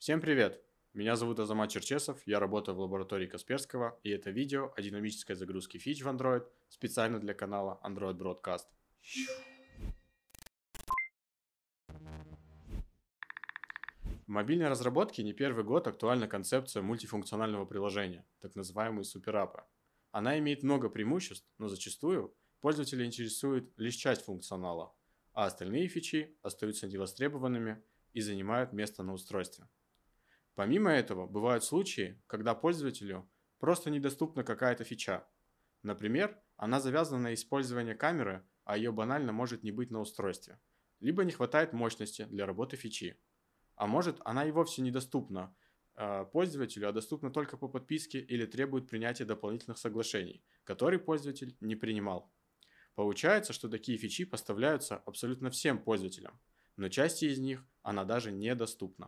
Всем привет! Меня зовут Азамат Черчесов, я работаю в лаборатории Касперского, и это видео о динамической загрузке фич в Android специально для канала Android Broadcast. В мобильной разработке не первый год актуальна концепция мультифункционального приложения, так называемые супераппы. Она имеет много преимуществ, но зачастую пользователя интересует лишь часть функционала, а остальные фичи остаются невостребованными и занимают место на устройстве. Помимо этого, бывают случаи, когда пользователю просто недоступна какая-то фича. Например, она завязана на использование камеры, а ее банально может не быть на устройстве. Либо не хватает мощности для работы фичи. А может, она и вовсе недоступна пользователю, а доступна только по подписке или требует принятия дополнительных соглашений, которые пользователь не принимал. Получается, что такие фичи поставляются абсолютно всем пользователям, но части из них она даже недоступна.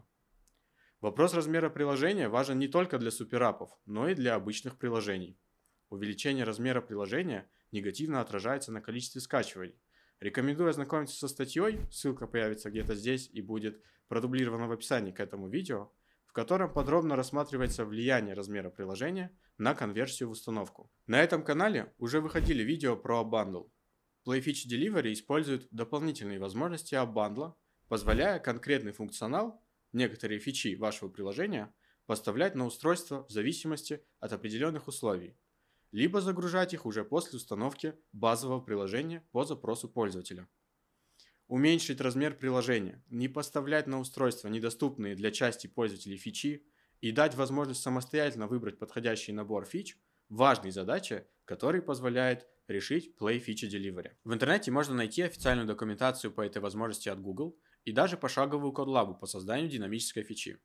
Вопрос размера приложения важен не только для супераппов, но и для обычных приложений. Увеличение размера приложения негативно отражается на количестве скачиваний. Рекомендую ознакомиться со статьей, ссылка появится где-то здесь и будет продублирована в описании к этому видео, в котором подробно рассматривается влияние размера приложения на конверсию в установку. На этом канале уже выходили видео про Bundle. PlayFeature Delivery использует дополнительные возможности Bundle, позволяя конкретный функционал, некоторые фичи вашего приложения, поставлять на устройство в зависимости от определенных условий, либо загружать их уже после установки базового приложения по запросу пользователя. Уменьшить размер приложения, не поставлять на устройство недоступные для части пользователей фичи и дать возможность самостоятельно выбрать подходящий набор фич – важные задачи, которые позволяет решить PlayFeature Delivery. В интернете можно найти официальную документацию по этой возможности от Google и даже пошаговую код-лабу по созданию динамической фичи.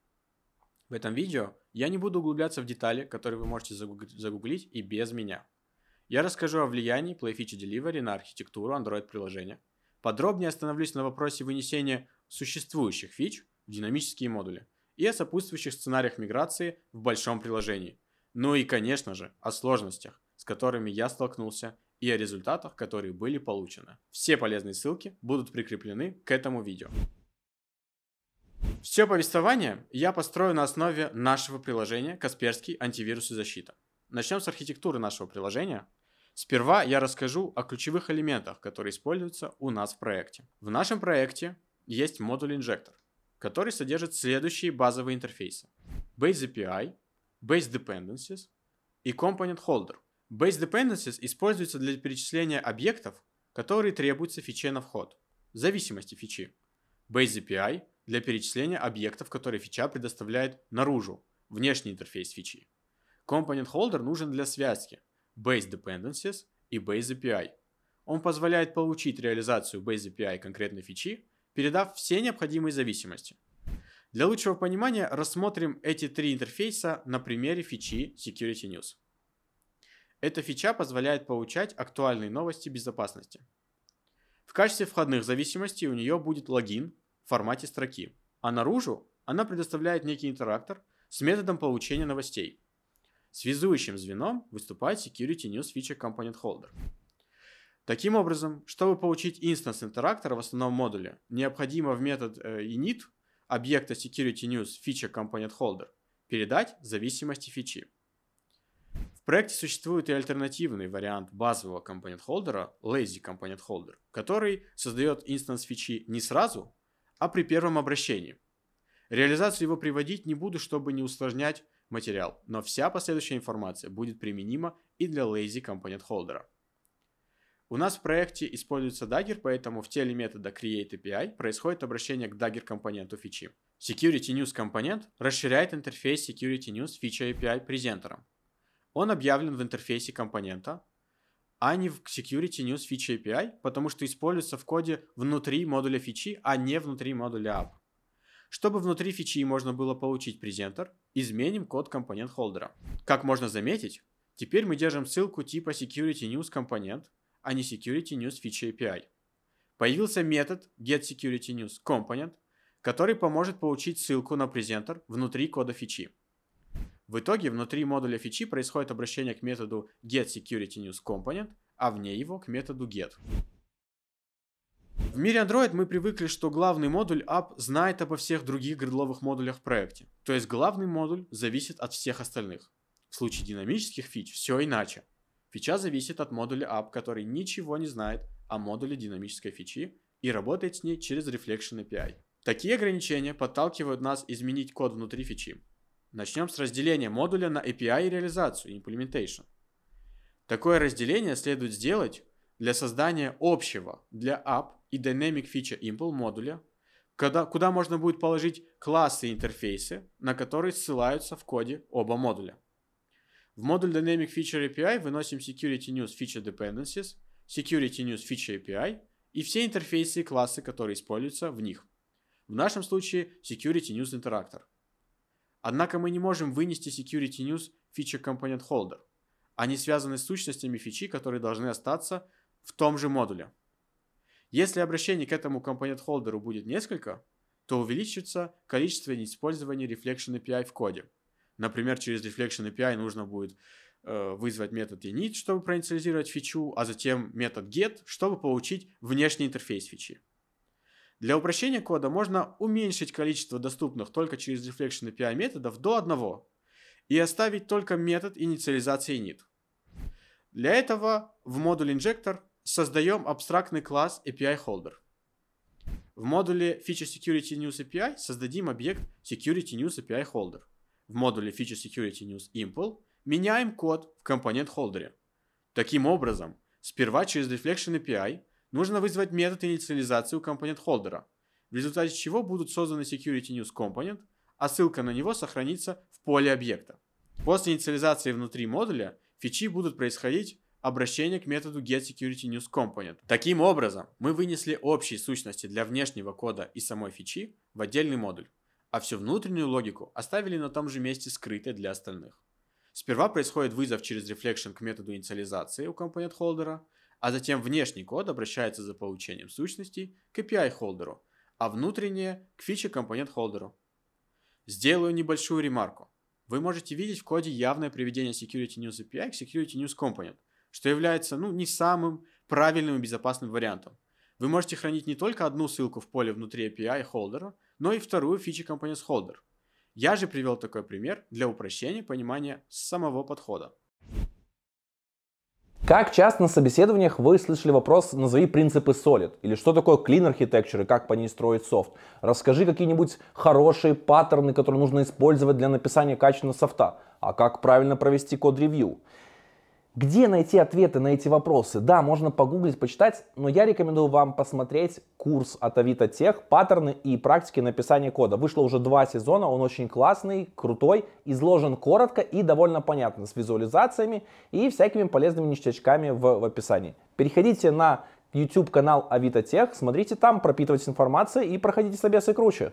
В этом видео я не буду углубляться в детали, которые вы можете загуглить и без меня. Я расскажу о влиянии PlayFeature Delivery на архитектуру Android-приложения. Подробнее остановлюсь на вопросе вынесения существующих фич в динамические модули и о сопутствующих сценариях миграции в большом приложении. Ну и, конечно же, о сложностях, с которыми я столкнулся, и о результатах, которые были получены. Все полезные ссылки будут прикреплены к этому видео. Все повествование я построю на основе нашего приложения Касперский антивирус и защита. Начнем с архитектуры нашего приложения. Сперва я расскажу о ключевых элементах, которые используются у нас в проекте. В нашем проекте есть модуль инжектор, который содержит следующие базовые интерфейсы: Base API, Base Dependencies и Component Holder. Base Dependencies используются для перечисления объектов, которые требуются фиче на вход, в зависимости фичи. Base API для перечисления объектов, которые фича предоставляет наружу, внешний интерфейс фичи. Component Holder нужен для связки Base Dependencies и Base API. Он позволяет получить реализацию Base API конкретной фичи, передав все необходимые зависимости. Для лучшего понимания рассмотрим эти три интерфейса на примере фичи Security News. Эта фича позволяет получать актуальные новости безопасности. В качестве входных зависимостей у нее будет логин в формате строки, а наружу она предоставляет некий интерактор с методом получения новостей. Связующим звеном выступает Security News Feature Component Holder. Таким образом, чтобы получить инстанс интерактора в основном модуле, необходимо в метод init объекта Security News Feature Component Holder передать зависимости фичи. В проекте существует и альтернативный вариант базового компонент холдера, Lazy Component Holder, который создает инстанс фичи не сразу, а при первом обращении. Реализацию его приводить не буду, чтобы не усложнять материал, но вся последующая информация будет применима и для Lazy Component Holder. У нас в проекте используется Dagger, поэтому в теле метода createAPI происходит обращение к Dagger компоненту фичи. Security News компонент расширяет интерфейс Security News Feature API презентером. Он объявлен в интерфейсе компонента, а не в Security News Feature API, потому что используется в коде внутри модуля фичи, а не внутри модуля app. Чтобы внутри фичи можно было получить презентер, изменим код компонент холдера. Как можно заметить, теперь мы держим ссылку типа Security News компонент, а не Security News Feature API. Появился метод getSecurityNewsComponent, который поможет получить ссылку на презентер внутри кода фичи. В итоге внутри модуля фичи происходит обращение к методу getSecurityNewsComponent, а вне его к методу get. В мире Android мы привыкли, что главный модуль app знает обо всех других гридловых модулях в проекте. То есть главный модуль зависит от всех остальных. В случае динамических фич все иначе. Фича зависит от модуля app, который ничего не знает о модуле динамической фичи и работает с ней через Reflection API. Такие ограничения подталкивают нас изменить код внутри фичи. Начнем с разделения модуля на API и реализацию, implementation. Такое разделение следует сделать для создания общего для app и Dynamic Feature Impl модуля, куда можно будет положить классы и интерфейсы, на которые ссылаются в коде оба модуля. В модуль Dynamic Feature API выносим Security News Feature Dependencies, Security News Feature API и все интерфейсы и классы, которые используются в них. В нашем случае Security News Interactor. Однако мы не можем вынести Security News Feature Component Holder. Они связаны с сущностями фичи, которые должны остаться в том же модуле. Если обращений к этому компонент холдеру будет несколько, то увеличится количество использования Reflection API в коде. Например, через Reflection API нужно будет вызвать метод init, чтобы проинициализировать фичу, а затем метод get, чтобы получить внешний интерфейс фичи. Для упрощения кода можно уменьшить количество доступных только через Reflection API методов до 1 и оставить только метод инициализации init. Для этого в модуль injector создаем абстрактный класс API Holder. В модуле Feature Security News API создадим объект Security News API Holder. В модуле Feature Security News Impl меняем код в компонент-холдере. Таким образом, сперва через Reflection API нужно вызвать метод инициализации у компонент-холдера, в результате чего будут созданы Security News Component, а ссылка на него сохранится в поле объекта. После инициализации внутри модуля фичи будут происходить обращение к методу getSecurityNewsComponent. Таким образом, мы вынесли общие сущности для внешнего кода и самой фичи в отдельный модуль, а всю внутреннюю логику оставили на том же месте скрытой для остальных. Сперва происходит вызов через Reflection к методу инициализации у компонент-холдера, а затем внешний код обращается за получением сущностей к API-холдеру, а внутреннее к фиче-компонент-холдеру. Сделаю небольшую ремарку. Вы можете видеть в коде явное приведение Security News API к Security News Component, что является не самым правильным и безопасным вариантом. Вы можете хранить не только одну ссылку в поле внутри API холдера, но и вторую Feature Components Holder. Я же привел такой пример для упрощения понимания самого подхода. Как часто на собеседованиях вы слышали вопрос «назови принципы Solid» или что такое Clean Architecture и как по ней строить софт? Расскажи какие-нибудь хорошие паттерны, которые нужно использовать для написания качественного софта. А как правильно провести код-ревью? Где найти ответы на эти вопросы? Да, можно погуглить, почитать, но я рекомендую вам посмотреть курс от Авито Тех «Паттерны и практики написания кода». Вышло уже 2 сезона, он очень классный, крутой, изложен коротко и довольно понятно, с визуализациями и всякими полезными ништячками в описании. Переходите на YouTube канал Авито Тех, смотрите там, пропитывайтесь информацией и проходите собесы круче.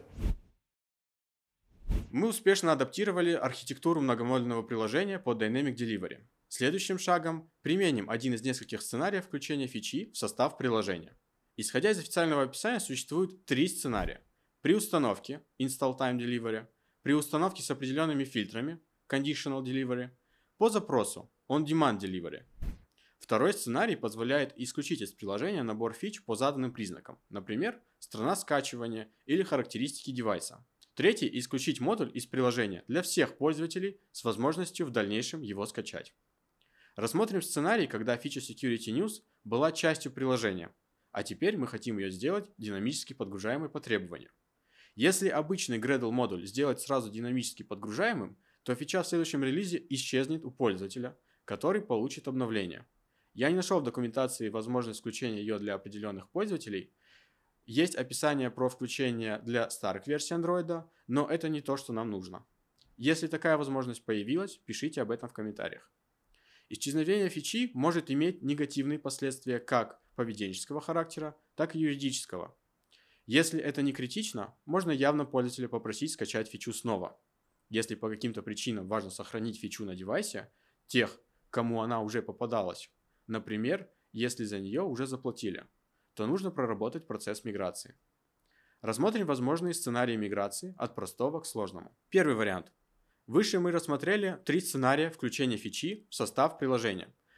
Мы успешно адаптировали архитектуру многомодульного приложения под Dynamic Delivery. Следующим шагом применим один из нескольких сценариев включения фичи в состав приложения. Исходя из официального описания, существует 3 сценария. При установке Install Time Delivery, при установке с определенными фильтрами Conditional Delivery, по запросу On Demand Delivery. Второй сценарий позволяет исключить из приложения набор фич по заданным признакам, например, страна скачивания или характеристики девайса. Третий – исключить модуль из приложения для всех пользователей с возможностью в дальнейшем его скачать. Рассмотрим сценарий, когда Feature Security News была частью приложения, а теперь мы хотим ее сделать динамически подгружаемой по требованию. Если обычный Gradle модуль сделать сразу динамически подгружаемым, то фича в следующем релизе исчезнет у пользователя, который получит обновление. Я не нашел в документации возможность включения ее для определенных пользователей. Есть описание про включение для старых версий Android, но это не то, что нам нужно. Если такая возможность появилась, пишите об этом в комментариях. Исчезновение фичи может иметь негативные последствия как поведенческого характера, так и юридического. Если это не критично, можно явно пользователя попросить скачать фичу снова. Если по каким-то причинам важно сохранить фичу на девайсе, тех, кому она уже попадалась, например, если за нее уже заплатили, то нужно проработать процесс миграции. Рассмотрим возможные сценарии миграции от простого к сложному. Первый вариант. Выше мы рассмотрели 3 сценария включения фичи в состав приложения.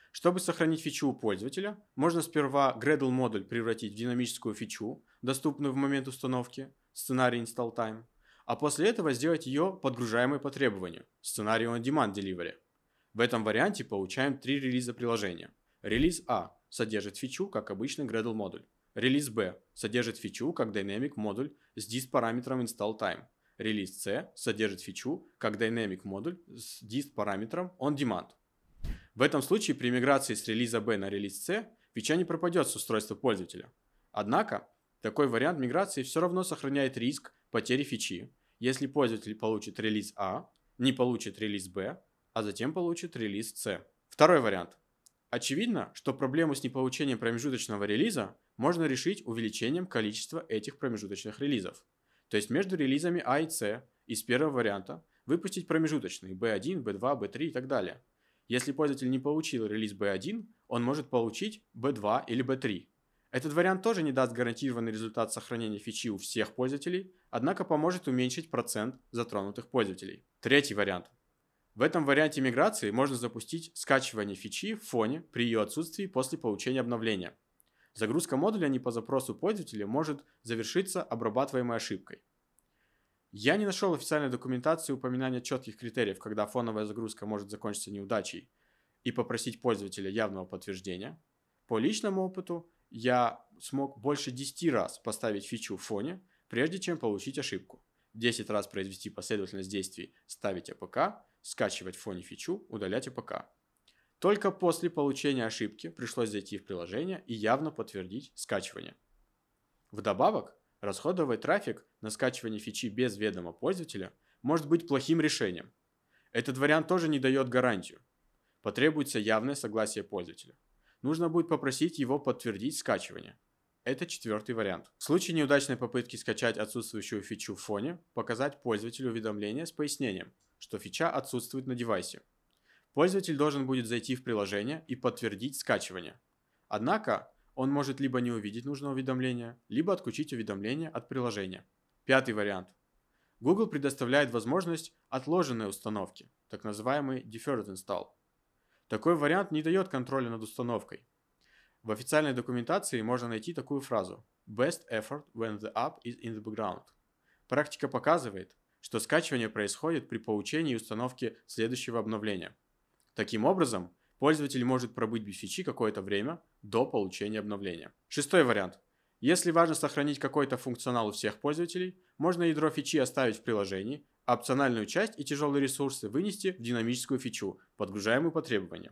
Чтобы сохранить фичу у пользователя, можно сперва Gradle модуль превратить в динамическую фичу, доступную в момент установки, сценарий install time, а после этого сделать ее подгружаемой по требованию, сценарий on-demand delivery. В этом варианте получаем 3 релиза приложения. Релиз А содержит фичу, как обычный Gradle модуль. Релиз Б содержит фичу, как Dynamic модуль с dist параметром install time. Релиз С содержит фичу, как Dynamic модуль с dist параметром on-demand. В этом случае при миграции с релиза B на релиз C фича не пропадет с устройства пользователя. Однако, такой вариант миграции все равно сохраняет риск потери фичи, если пользователь получит релиз А, не получит релиз Б, а затем получит релиз C. Второй вариант. Очевидно, что проблему с неполучением промежуточного релиза можно решить увеличением количества этих промежуточных релизов. То есть между релизами А и С из первого варианта выпустить промежуточные B1, B2, B3 и так далее. Если пользователь не получил релиз B1, он может получить B2 или B3. Этот вариант тоже не даст гарантированный результат сохранения фичи у всех пользователей, однако поможет уменьшить процент затронутых пользователей. Третий вариант. В этом варианте миграции можно запустить скачивание фичи в фоне при ее отсутствии после получения обновления. Загрузка модуля не по запросу пользователя может завершиться обрабатываемой ошибкой. Я не нашел официальной документации упоминания четких критериев, когда фоновая загрузка может закончиться неудачей, и попросить пользователя явного подтверждения. По личному опыту я смог больше 10 раз поставить фичу в фоне, прежде чем получить ошибку. 10 раз произвести последовательность действий «ставить АПК», скачивать в фоне фичу, удалять АПК. Только после получения ошибки пришлось зайти в приложение и явно подтвердить скачивание. Вдобавок, расходовать трафик на скачивание фичи без ведома пользователя может быть плохим решением. Этот вариант тоже не дает гарантию. Потребуется явное согласие пользователя. Нужно будет попросить его подтвердить скачивание. Это четвертый вариант. В случае неудачной попытки скачать отсутствующую фичу в фоне, показать пользователю уведомление с пояснением, что фича отсутствует на девайсе. Пользователь должен будет зайти в приложение и подтвердить скачивание. Однако, он может либо не увидеть нужное уведомление, либо отключить уведомление от приложения. Пятый вариант. Google предоставляет возможность отложенной установки, так называемый Deferred Install. Такой вариант не дает контроля над установкой. В официальной документации можно найти такую фразу «Best effort when the app is in the background». Практика показывает, что скачивание происходит при получении и установке следующего обновления. Таким образом, пользователь может пробыть без фичи какое-то время до получения обновления. Шестой вариант. Если важно сохранить какой-то функционал у всех пользователей, можно ядро фичи оставить в приложении, а опциональную часть и тяжелые ресурсы вынести в динамическую фичу, подгружаемую по требованиям.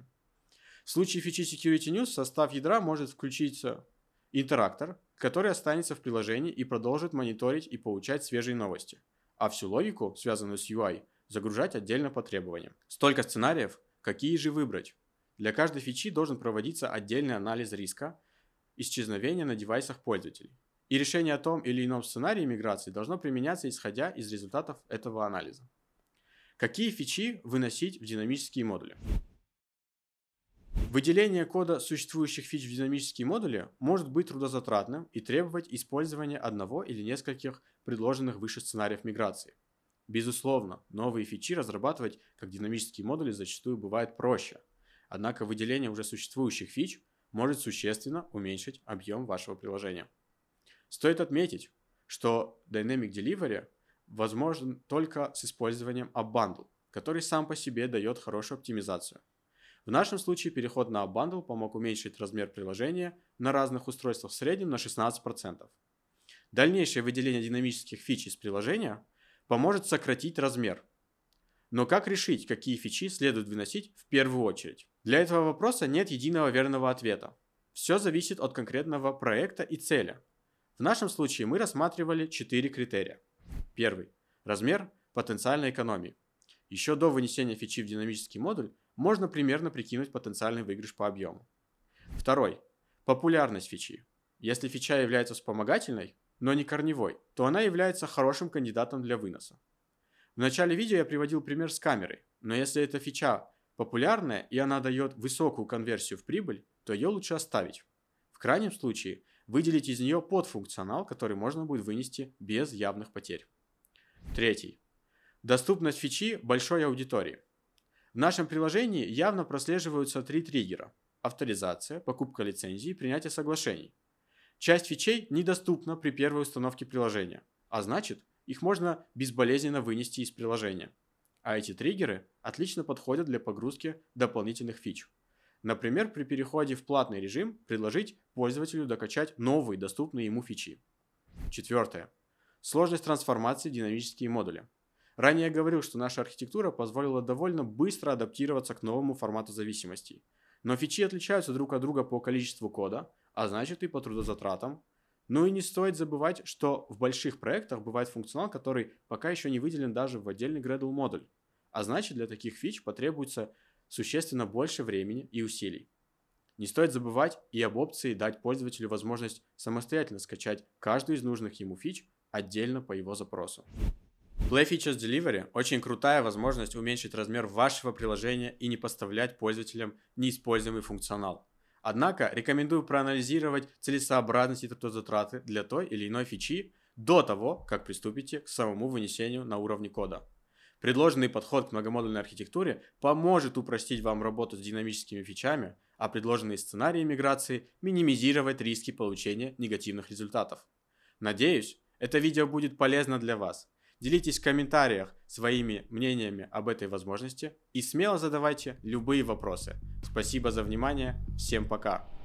В случае фичи Security News в состав ядра может включиться интерактор, который останется в приложении и продолжит мониторить и получать свежие новости, а всю логику, связанную с UI, загружать отдельно по требованиям. Столько сценариев, какие же выбрать? Для каждой фичи должен проводиться отдельный анализ риска исчезновения на девайсах пользователей. И решение о том или ином сценарии миграции должно применяться исходя из результатов этого анализа. Какие фичи выносить в динамические модули? Выделение кода существующих фич в динамические модули может быть трудозатратным и требовать использования одного или нескольких предложенных выше сценариев миграции. Безусловно, новые фичи разрабатывать как динамические модули зачастую бывает проще. Однако выделение уже существующих фич может существенно уменьшить объем вашего приложения. Стоит отметить, что Dynamic Delivery возможен только с использованием AppBundle, который сам по себе дает хорошую оптимизацию. В нашем случае переход на AppBundle помог уменьшить размер приложения на разных устройствах в среднем на 16%. Дальнейшее выделение динамических фич из приложения поможет сократить размер. Но как решить, какие фичи следует выносить в первую очередь? Для этого вопроса нет единого верного ответа. Все зависит от конкретного проекта и цели. В нашем случае мы рассматривали 4 критерия. Первый. Размер потенциальной экономии. Еще до вынесения фичи в динамический модуль можно примерно прикинуть потенциальный выигрыш по объему. Второй. Популярность фичи. Если фича является вспомогательной, но не корневой, то она является хорошим кандидатом для выноса. В начале видео я приводил пример с камерой, но если эта фича популярная и она дает высокую конверсию в прибыль, то ее лучше оставить. В крайнем случае, выделить из нее подфункционал, который можно будет вынести без явных потерь. Третий. Доступность фичи большой аудитории. В нашем приложении явно прослеживаются 3 триггера. авторизация, покупка лицензий и принятие соглашений. Часть фичей недоступна при первой установке приложения, а значит, их можно безболезненно вынести из приложения. А эти триггеры отлично подходят для погрузки дополнительных фич. Например, при переходе в платный режим предложить пользователю докачать новые доступные ему фичи. Четвертое. Сложность трансформации в динамические модули. Ранее я говорил, что наша архитектура позволила довольно быстро адаптироваться к новому формату зависимостей. Но фичи отличаются друг от друга по количеству кода, а значит и по трудозатратам. Ну и не стоит забывать, что в больших проектах бывает функционал, который пока еще не выделен даже в отдельный Gradle модуль. А значит, для таких фич потребуется существенно больше времени и усилий. Не стоит забывать и об опции дать пользователю возможность самостоятельно скачать каждую из нужных ему фич отдельно по его запросу. Play Features Delivery – очень крутая возможность уменьшить размер вашего приложения и не поставлять пользователям неиспользуемый функционал. Однако рекомендую проанализировать целесообразность и трудозатраты для той или иной фичи до того, как приступите к самому вынесению на уровне кода. Предложенный подход к многомодульной архитектуре поможет упростить вам работу с динамическими фичами, а предложенные сценарии миграции минимизировать риски получения негативных результатов. Надеюсь, это видео будет полезно для вас. Делитесь в комментариях своими мнениями об этой возможности и смело задавайте любые вопросы. Спасибо за внимание, всем пока!